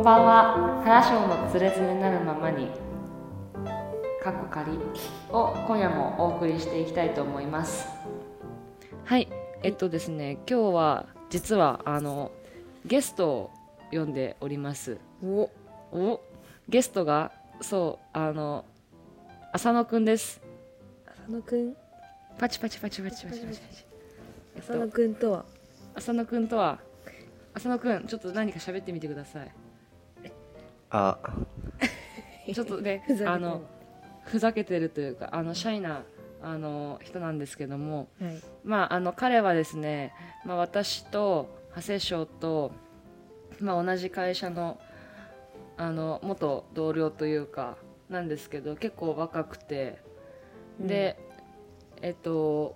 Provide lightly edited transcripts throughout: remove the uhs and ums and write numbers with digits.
ばんは。原章のつれづれなるままにかっこ仮を今夜もお送りしていきたいと思います。はい、ですね、今日は実はゲストを呼んでおります。ゲストが浅野くんです。 浅野くん、 パチパチパチパチパチパチ。 浅野くんとは浅野くん、ちょっと何か喋ってみてください。ちょっとねふざけてるというかシャイな人なんですけども、はい、彼はですね、私と長谷翔と、同じ会社の元同僚というかなんですけど、結構若くて、で今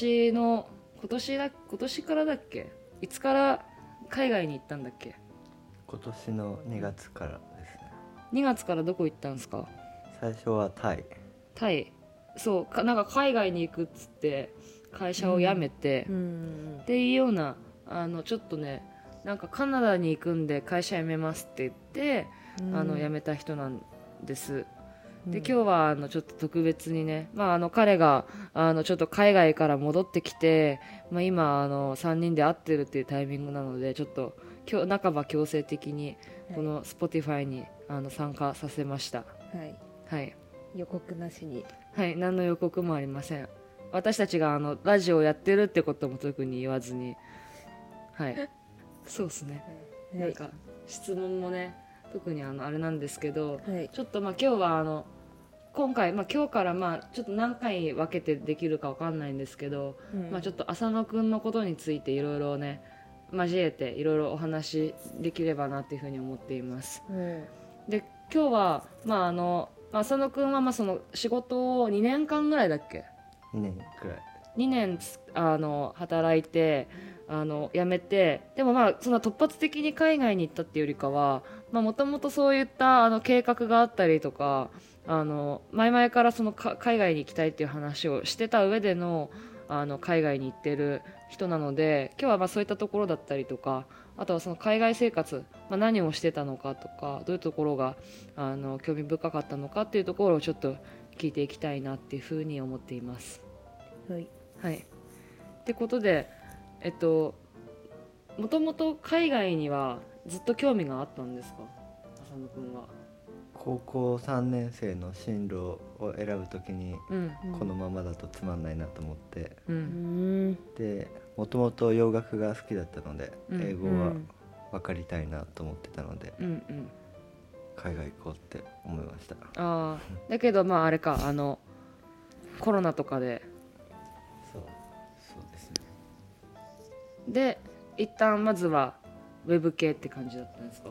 年からだっけ、いつから海外に行ったんだっけ。 今年の2月からですね。 2月からどこ行ったんですか。 最初はタイ。 そうなんか海外に行くっつって会社を辞めて、っていうようなちょっとね、なんかカナダに行くんで会社辞めますって言って辞めた人なんです。で今日はちょっと特別にね、彼がちょっと海外から戻ってきて、今3人で会ってるっていうタイミングなので、ちょっと今日半ば強制的にこの Spotify に参加させました。はい、 予告なしに。 はい、何の予告もありません。私たちがラジオをやってるってことも特に言わずに、はいそうですね、なんか質問もね特にあれなんですけど、ちょっと今日は今回、今日からちょっと何回分けてできるか分かんないんですけど、ちょっと浅野くんのことについていろいろね交えていろいろお話できればなっていうふうに思っています。で今日は浅野くんはその仕事を2年間ぐらいだっけ。 2年くらい。 2年働いて辞めて、でもその突発的に海外に行ったっていうよりかは、もともとそういった計画があったりとか、前々からその海外に行きたいっていう話をしてた上での海外に行ってる人なので、今日はそういったところだったりとか、あとはその海外生活、何をしてたのかとか、どういうところが興味深かったのかっていうところをちょっと聞いていきたいなっていうふうに思っています。はい、ってことでもともと海外にはずっと興味があったんですか、浅野くんは。 高校3年生の進路を選ぶときに、このままだとつまんないなと思って、でもともと洋楽が好きだったので、英語は分かりたいなと思ってたので、海外行こうって思いました。 だけどあれか、コロナとかでそうですね。 で一旦まずはウェブ系って感じだったんですか。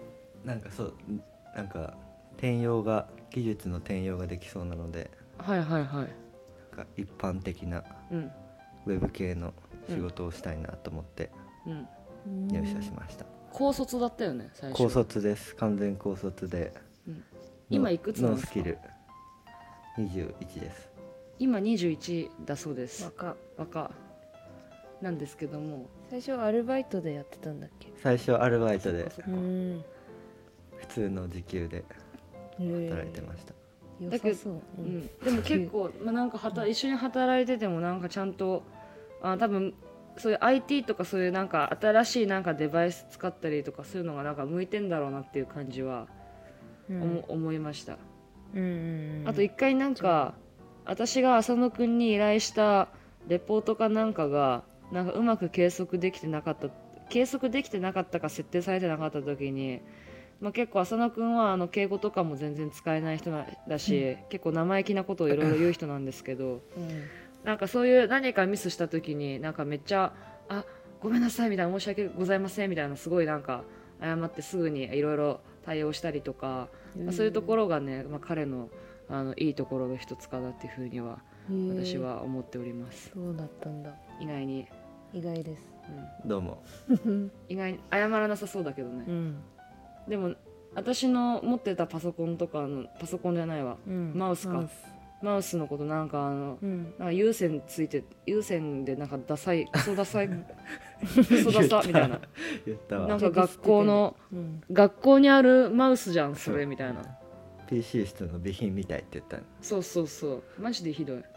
なんか技術の転用ができそうなので、なんか一般的なウェブ系の仕事をしたいなと思って入社しました。 高卒だったよね、最初。 高卒です。完全高卒で、 今いくつなんですか。 ノースキル21です。 今21だそうです。若なんですけども、 最初アルバイトでやってたんだっけ。 最初アルバイトで普通の時給で働いてました。 だけど、でも結構なんか一緒に働いててもなんかちゃんと多分そういう IT とかそういうなんか新しいなんかデバイス使ったりとかそういうのがなんか向いてんだろうなっていう感じは思いました。あと一回なんか私が浅野くんに依頼したレポートかなんかがなんかうまく計測できてなかったか設定されてなかった時に、結構浅野くんは敬語とかも全然使えない人だし、結構生意気なことをいろいろ言う人なんですけど、なんかそういう何かミスした時になんかめっちゃごめんなさいみたいな、申し訳ございませんみたいな、すごいなんか謝ってすぐにいろいろ対応したりとか、そういうところがね、彼のいいところの一つかなっていうふうには私は思っております。 そうだったんだ。 意外に。 意外です。 どうも。 意外に謝らなさそうだけどね。でも私の持ってたパソコンとかパソコンじゃないわ、マウスか。 マウスのことなんかなんか有線ついて有線でなんかダサいクソダサいクソダサみたいな言ったわ。 なんか学校にあるマウスじゃんそれみたいな PC 室の備品みたいって言ったの。 そうそうそうマジでひどい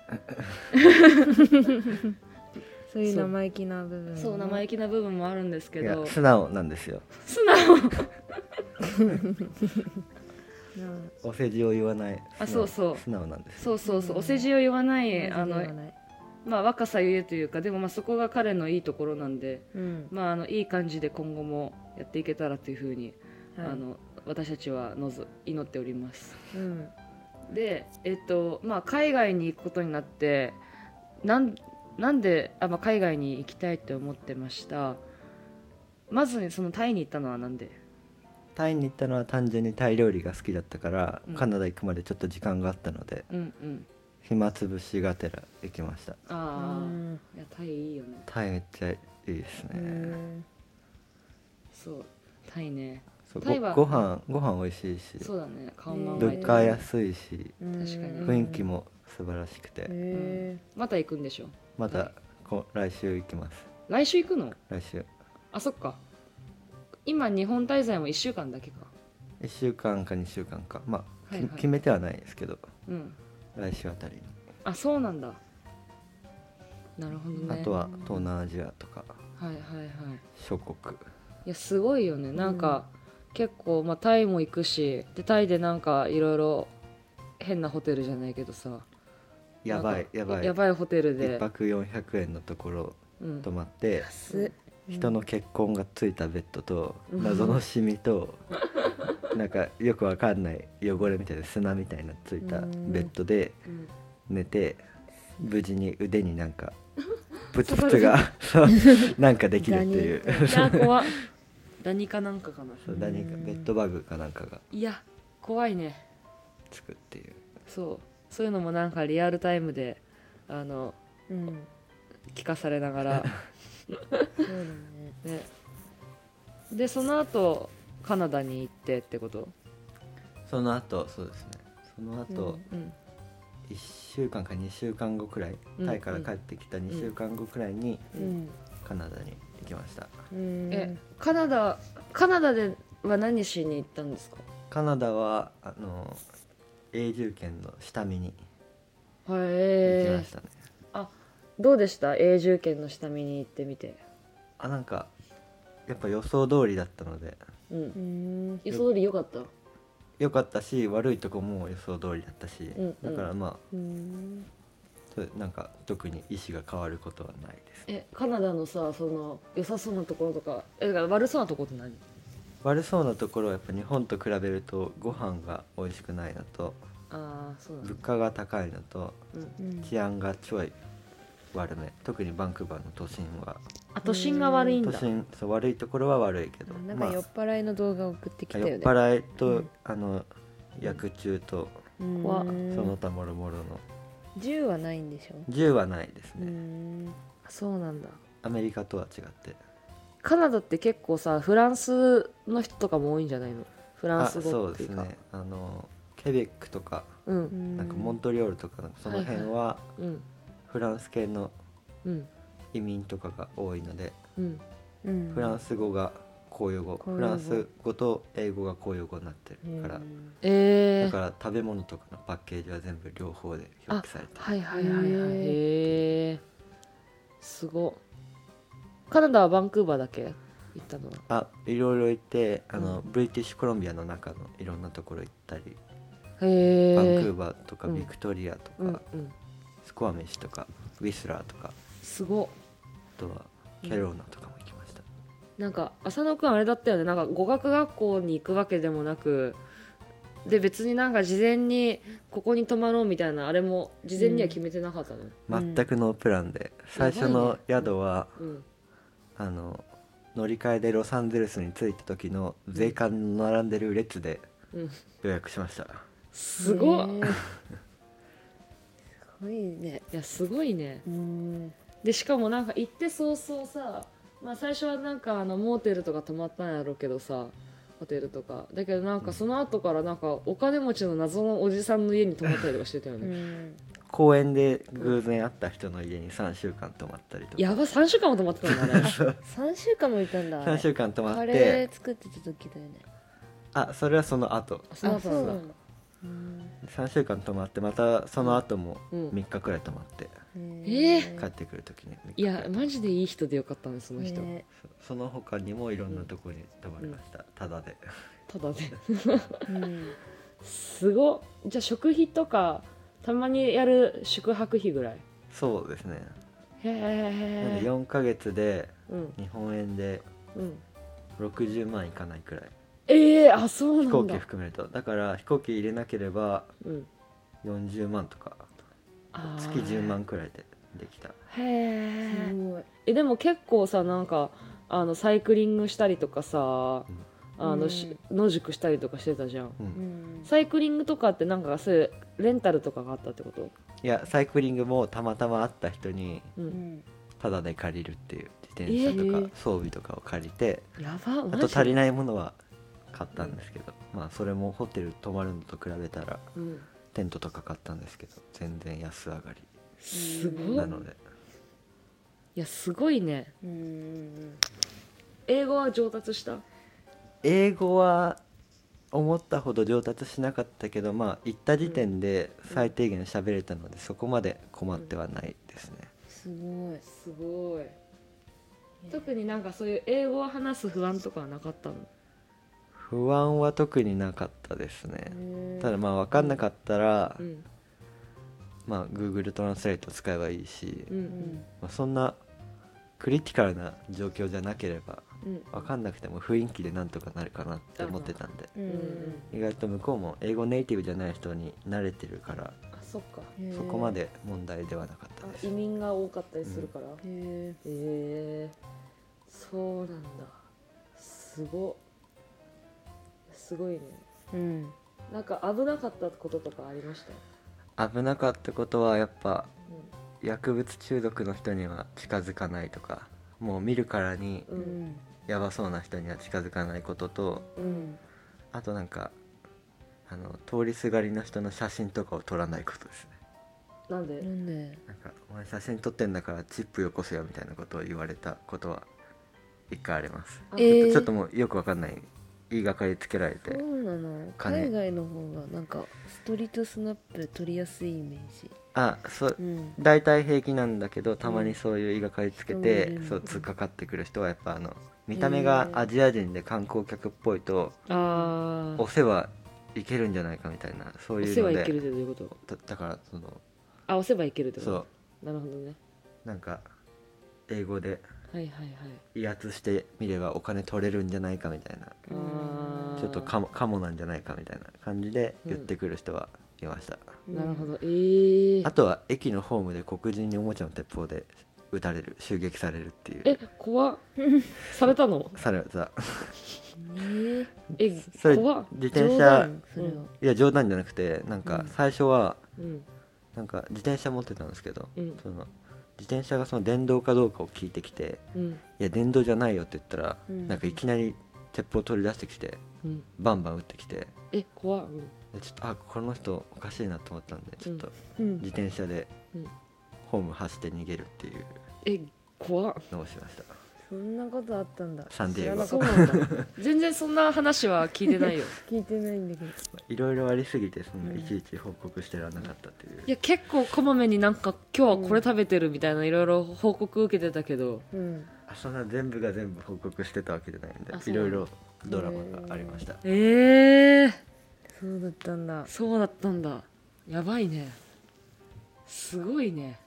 そういう生意気な部分。 そう生意気な部分もあるんですけどいや素直なんですよ。 素直お世辞を言わない。 あそうそう素直なんですそうそうそうお世辞を言わないマジで言わない。 まあ若さゆえというかでもまあそこが彼のいいところなんで、 うん。 まあいい感じで今後もやっていけたらというふうに、 はい私たちは祈っております。 うん。 でまあ海外に行くことになってなんでまあ、海外に行きたいって思ってました。まずそのタイに行ったのはなんで？ タイに行ったのは単純にタイ料理が好きだったから、 うんカナダ行くまでちょっと時間があったので、 うんうん暇つぶしがてら行きました。 ああ、 うんいやタイいいよね。 タイめっちゃいいですね。 そうタイね。 そうタイはご飯美味しいし、 そうだね顔も物価安いし、 確かに雰囲気も素晴らしくて、 また行くんでしょ？ また来週行きます。 来週行くの？ 来週あそっか。今日本滞在も1週間だけか。 1週間か2週間か、まあ、 はいはい決めてはないですけど、 うん。 来週あたりに、 あそうなんだ。なるほどね。 あとは東南アジアとかはいはいはい。 諸国。 いやすごいよねなんか、結構、まあ、タイも行くしでタイでなんかいろいろ変なホテルじゃないけどさやばいホテルで 1泊400円のところうん泊まって、 安っ。 人の血痕がついたベッドとうん謎のシミとなんかよくわかんない汚れみたいな砂みたいなついたベッドでうん寝て、無事に腕になんかプツプツがなんかできるっていういや怖っダニかなんかかなそう何かベッドバグかなんかがいや怖いねつくっていう。 そういうのもなんかリアルタイムでうん。 聞かされながらそうだね。 ねでその後カナダに行ってってことその後そうですね、その後、 うん 1週間か2週間後くらい、 うんタイから帰ってきた2週間後くらいにうん。 カナダに行きました。 カナダでは何しに行ったんですかカナダは永住権の下見に行きへましたね。 どうでした永住権の下見に行ってみてなんかやっぱ予想通りだったのでうん予想通り良かった良かったし、悪いとこも予想通りだったし、 うんだからまあうん。 なんか特に意思が変わることはないです。 カナダのさその良さそうなところとかだから悪そうなところって何悪そうなところはやっぱ日本と比べるとご飯が美味しくないのと、 ああそうなんだ物価が高いのと、 うん治安がちょい悪め。特にバンクーバーの都心は都心が悪いんだ都心そう悪いところは悪いけど、 なんか酔っ払いの動画送ってきたよね。 酔っ払いと、 うん薬中と怖っうんその他もろもろの銃はないんでしょ。 銃はないですうね、 ん。 そうなんだアメリカとは違って。 カナダって結構さフランスの人とかも多いんじゃないのフランスそう語っていうかですね、ケベックとか、 うんなんかモントリオールとかその辺はうんフランス系のうん移民とかが多いので、 うんうん。 フランス語が公用語、 公用語フランス語と英語が公用語になってるから、だから食べ物とかのパッケージは全部両方で表記されてる。 はいはいはいはいへえすごっカナダはバンクーバーだけ行ったのはいろいろ行ってブリティッシュコロンビアの中のいろんなところ行ったり、 へえバンクーバーとかビクトリアとか、 うんスコアメシとかウィスラーとか、 すごっあとはケローナとかも行きました。 なんか浅野くんあれだったよねなんか語学学校に行くわけでもなくで別になんか事前にここに泊まろうみたいなあれも事前には決めてなかったの、 全くノープランで、最初の宿は、 うん乗り換えでロサンゼルスに着いた時の税関の並んでる列でうん、 予約しました。 すごっすごいね。 いやすごいねうん。 でしかもなんか行って早々さ、まあ、最初はなんかモーテルとか泊まったんやろうけどさホテルとかだけどなんかその後からなんかお金持ちの謎のおじさんの家に泊まったりとかしてたよね、 公園で偶然会った人の家に3週間泊まったりとか。 やば3週間も泊まってたんだね 3週間もいたんだ。 3週間泊まっカレて、 ー作ってた時だよね。 あ、それはその後その後なんだんだ。 3週間泊まって、またその後もうん 3日くらい泊まって、帰ってくる時にいやマジでいい人でよかったねその人、 ねその他にもいろんなところに泊まりました、ただで。 ただでうんすごっ。じゃあ食費とかたまにやる宿泊費ぐらい。 そうですね。 へなんでえ 4ヶ月でうん日本円でうん 60万いかないくらい、 あそう飛行機なんだ。 含めると。だから飛行機入れなければうん 40万とか、 あー月10万くらいでできた。 へえすごい。 でも結構さなんかサイクリングしたりとかさ、 うん野宿したりとかしてたじゃん。 うんサイクリングとかってなんかそういうレンタルとかがあったってこと？ いや、サイクリングもたまたま会った人にうんタダで借りるっていう、自転車とか装備とかを借りて、 やばあマジと足りないものは買ったんですけど、まあそれもホテル泊まるのと比べたらうんテントとか買ったんですけど全然安上がりすごい。 なので、 いやすごいね。英語は上達した？ 英語は思ったほど上達しなかったけど、まあ行った時点で最低限喋れたので、そこまで困ってはないですね。 すごい。 すごい。特になんかそういう英語を話す不安とかはなかったの？ 不安は特になかったですね。ただまあ分かんなかったら、 うんまあ Google トランスレート使えばいいし、 うんまあ、そんなクリティカルな状況じゃなければうん分かんなくても雰囲気でなんとかなるかなって思ってたんで、 うん意外と向こうも英語ネイティブじゃない人に慣れてるからあそっか。 そこまで問題ではなかったです。 移民が多かったりするから。 へそうなんだ。すごいね。 うん。 なんか危なかったこととかありました？ 危なかったことはやっぱ薬物中毒の人には近づかないとか、もう見るからにうんやばそうな人には近づかないことと、 うんあとなんか通りすがりの人の写真とかを撮らないことですね。 なんで？ なんで？ なんかお前写真撮ってんだからチップよこせよみたいなことを言われたことは一回あります。ちょっともうよくわかんない言いがかりつけられて、 そうなの。 金海外の方がなんかストリートスナップで撮りやすいイメージ。 大体平気なんだけど、たまにそういう言いがかりつけて、 うんそう突っかかってくる人はやっぱ見た目がアジア人で観光客っぽいと、 ああ。 押せばいけるんじゃないかみたいな、そういうの押せばいけるっでてどういうこと？ だからあ、押せばいけるってこと？ そうなるほどね。 なんか英語ではいはいはい。 威圧してみればお金取れるんじゃないかみたいな、 ああ。 ちょっとカモなんじゃないかみたいな感じで言ってくる人はいました。 なるほど。 あとは駅のホームで黒人におもちゃの鉄砲で撃たれる、襲撃されるっていう。 怖っ。されたの？ された。それ怖っ。 自転車、 それは。 いや冗談じゃなくて、なんか最初はうんなんか自転車持ってたんですけど、 うんその自転車がその電動かどうかを聞いてきて、 うんいや電動じゃないよって言ったら、 うんなんかいきなり鉄砲取り出してきてうん。 バンバン撃ってきて、 怖っ。 でちょっとこの人おかしいなと思ったんで、ちょっとうん自転車でうんホーム走って逃げるっていう怖っ。 のをしました。 そんなことあったんだ。 サンディエゴ知らなかっそうなんだ。全然そんな話は聞いてないよ。 た聞いてないんだけど。 いろいろありすぎてそんないちいち報告してらなかったっていう、 いや結構こまめになんか今日はこれ食べてるみたいないろいろ報告受けてたけど、 そんな全部が全部報告してたわけじゃないんあそうなんだで、いろいろドラマがありました。 そうだったんだ。 そうだったんだ。やばいね。すごいね。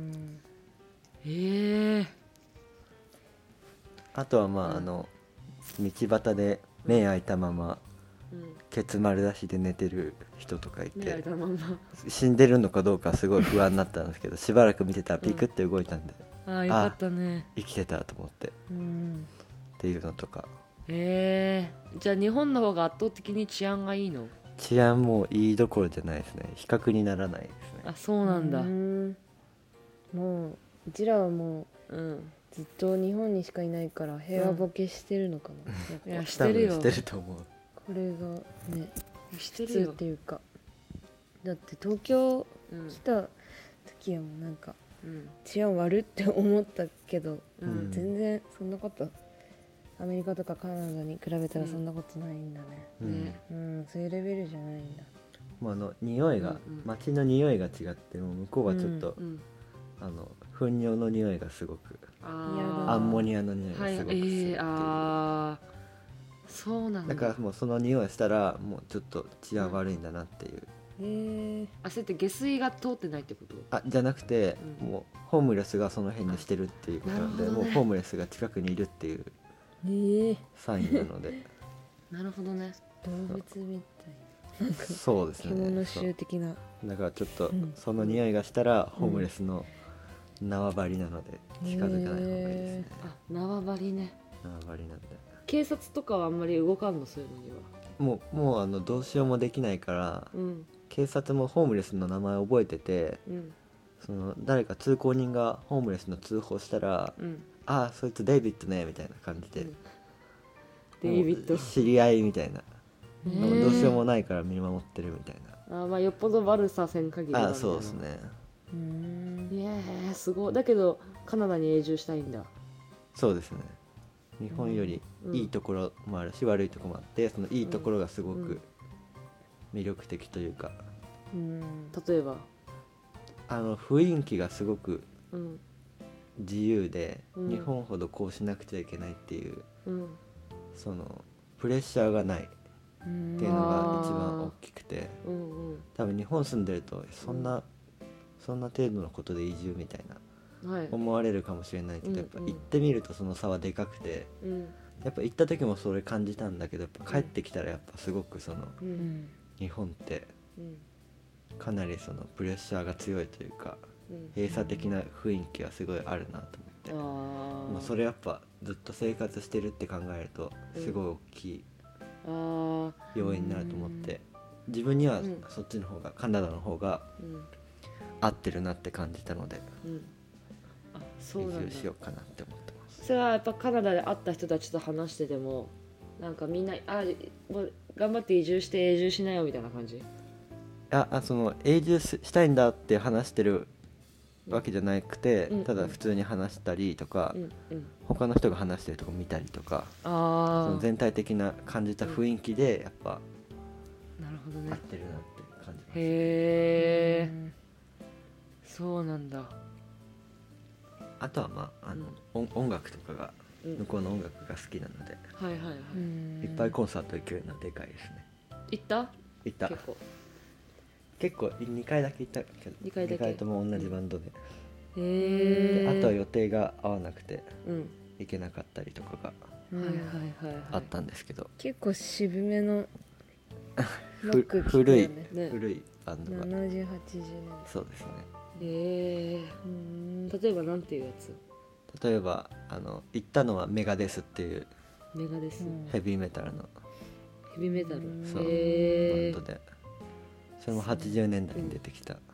あとはまあ、道端で目開いたままケツ丸出しで寝てる人とかいて、死んでるのかどうかすごい不安になったんですけど、しばらく見てたらピクって動いたんで、 ああよかったね。 生きてたと思ってっていうのとか。 じゃあ日本の方が圧倒的に治安がいいの？ 治安もいいどころじゃないですね。比較にならないですね。 あ、そうなんだ。 もううちらはもうずっと日本にしかいないから平和ボケしてるのかな、 いやっぱやしてるよ。 してると思う。 これがねしてるよ普通っていうか、だって東京うん来た時はもうなんかうん治安悪って思ったけど、 うん全然そんなことアメリカとかカナダに比べたらそんなことないんだね。 ねそういうレベルじゃないんだ。 もう匂いが、 うん街の匂いが違って、もう向こうはちょっと、 うん糞尿の匂いがすごく、 あアンモニアの匂いがはいすごくするっていう、 あそうなんだ。 だからもうその匂いしたらもうちょっと治安悪いんだなっていう、 あ、それって下水が通ってないってこと？ じゃなくて、もうホームレスがその辺にしてるっていうことなので、 なるほどね、 もうホームレスが近くにいるっていうサインなのでなるほどね。 動物みたいなそうですね、 獣臭的な。 だからちょっとその匂いがしたらホームレスの縄張りなので近づかない方がいいですね、 あ、縄張りね。 縄張りなんで警察とかはあんまり動かんの、そういうのには。 もうどうしようもできないから、警察もホームレスの名前覚えてて、その誰か通行人がホームレスの通報したら、ああそいつデイビッドねみたいな感じで、 デイビッド知り合いみたいな、どうしようもないから見守ってるみたいな、 まあよっぽど悪させん限りはみたいな。 そうですね。 すごい。だけどカナダに永住したいんだ。 そうですね、日本よりいいところもあるし、悪いところもあって、そのいいところがすごく魅力的というか、 例えば雰囲気がすごく自由で、日本ほどこうしなくちゃいけないっていう、そのプレッシャーがないっていうのが一番大きくて、多分日本住んでるとそんな程度のことで移住みたいな思われるかもしれないけど、やっぱ行ってみるとその差はでかくて、やっぱ行った時もそれ感じたんだけど、やっぱ帰ってきたらやっぱすごくその、日本ってかなりそのプレッシャーが強いというか、閉鎖的な雰囲気がすごいあるなと思って、まあ、それやっぱずっと生活してるって考えるとすごい大きい要因になると思って、自分にはそっちの方が、カナダの方が合ってるなって感じたので、移住しようかなって思ってます。 それはやっぱカナダで会った人たちと話してても、なんかみんなもう頑張って移住して永住しなよみたいな感じ？ その永住したいんだって話してるわけじゃなくて、ただ普通に話したりとか、他の人が話してるとこ見たりとか、その全体的な感じた雰囲気でやっぱ、 なるほどね、 合ってるなって感じます。 へえ、そうなんだ。 あとはまあ音楽とかが、向こうの音楽が好きなので、いっぱいコンサート行けるのはでかいですね。 行った？ 行った。結構2回だけ行ったけど、2回とも同じバンドで、あとは予定が合わなくて行けなかったりとかがあったんですけど、 結構渋めの古いバンドが、 70、80年。 そうですね。 例えばなんていうやつ？ 例えば行ったのはメガデスっていうヘビーメタルのヘビーメタル、 そうバンドで、それも80年代に出てきたス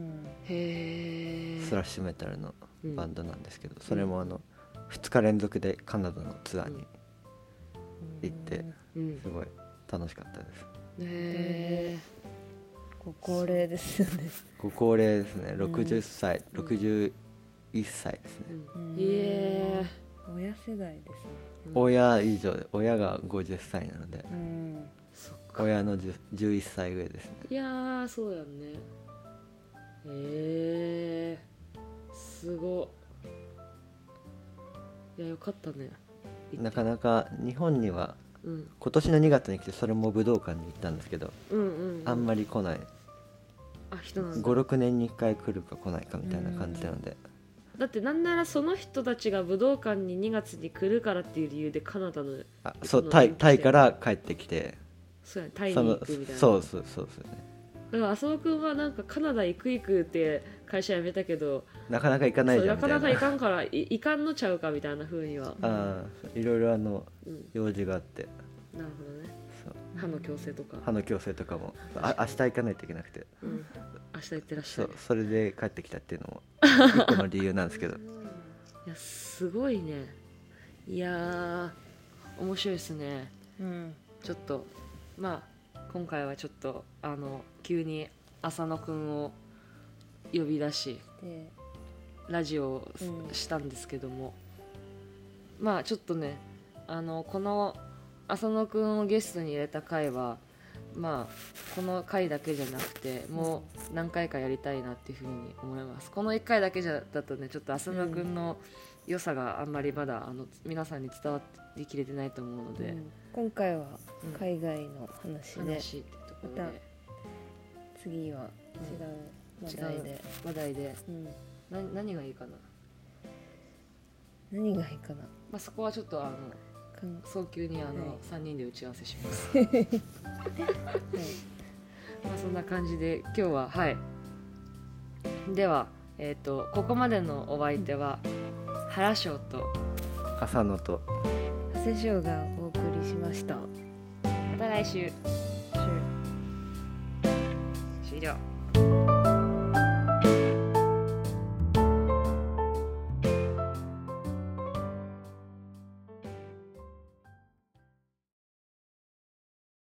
ラッシュメタルのバンドなんですけど、それも2日連続でカナダのツアーに行って、すごい楽しかったです。 ご高齢ですよね。 ご高齢ですね。60歳、61歳ですね。 親世代ですね。 親以上で、親が50歳なので、親の11歳上ですね。 いやー、そうやんね。すごい。いや、よかったね。 なかなか日本には、今年の2月に来て、それも武道館に行ったんですけど、あんまり来ない。5、6年に1回来るか来ないかみたいな感じなので、 だってなんならその人たちが武道館に2月に来るからっていう理由でカナダのタイから帰ってきて、 そうや、タイに行くみたいな。 そうですよね。 だから浅尾君はなんかカナダ行くって会社辞めたけど、 なかなか行かないじゃんみたいな。 なかなか行かんから行かんのちゃうかみたいな風には。 いろいろ用事があって。 なるほどね。歯の矯正とか。 歯の矯正とかも明日行かないといけなくて。 明日行ってらっしゃい。 それで帰ってきたっていうのも一個の理由なんですけど。 いやすごいね。いや面白いですね。ちょっとまあ今回はちょっと急に浅野くんを呼び出しラジオをしたんですけども、まあちょっとねこの浅野くんをゲストに入れた回はまあこの回だけじゃなくてもう何回かやりたいなっていうふうに思います。この1回だけだとねちょっと浅野くんの良さがあんまりまだ皆さんに伝わりきれてないと思うので、 今回は海外の話で、 っていうところで、 また次は違う話題で、何がいいかな。 何がいいかな。 まあそこはちょっと早急に3人で打ち合わせします。まあそんな感じで今日ははい。ではここまでのお相手は原翔と浅野と長谷翔がお送りしました。 また来週。終了。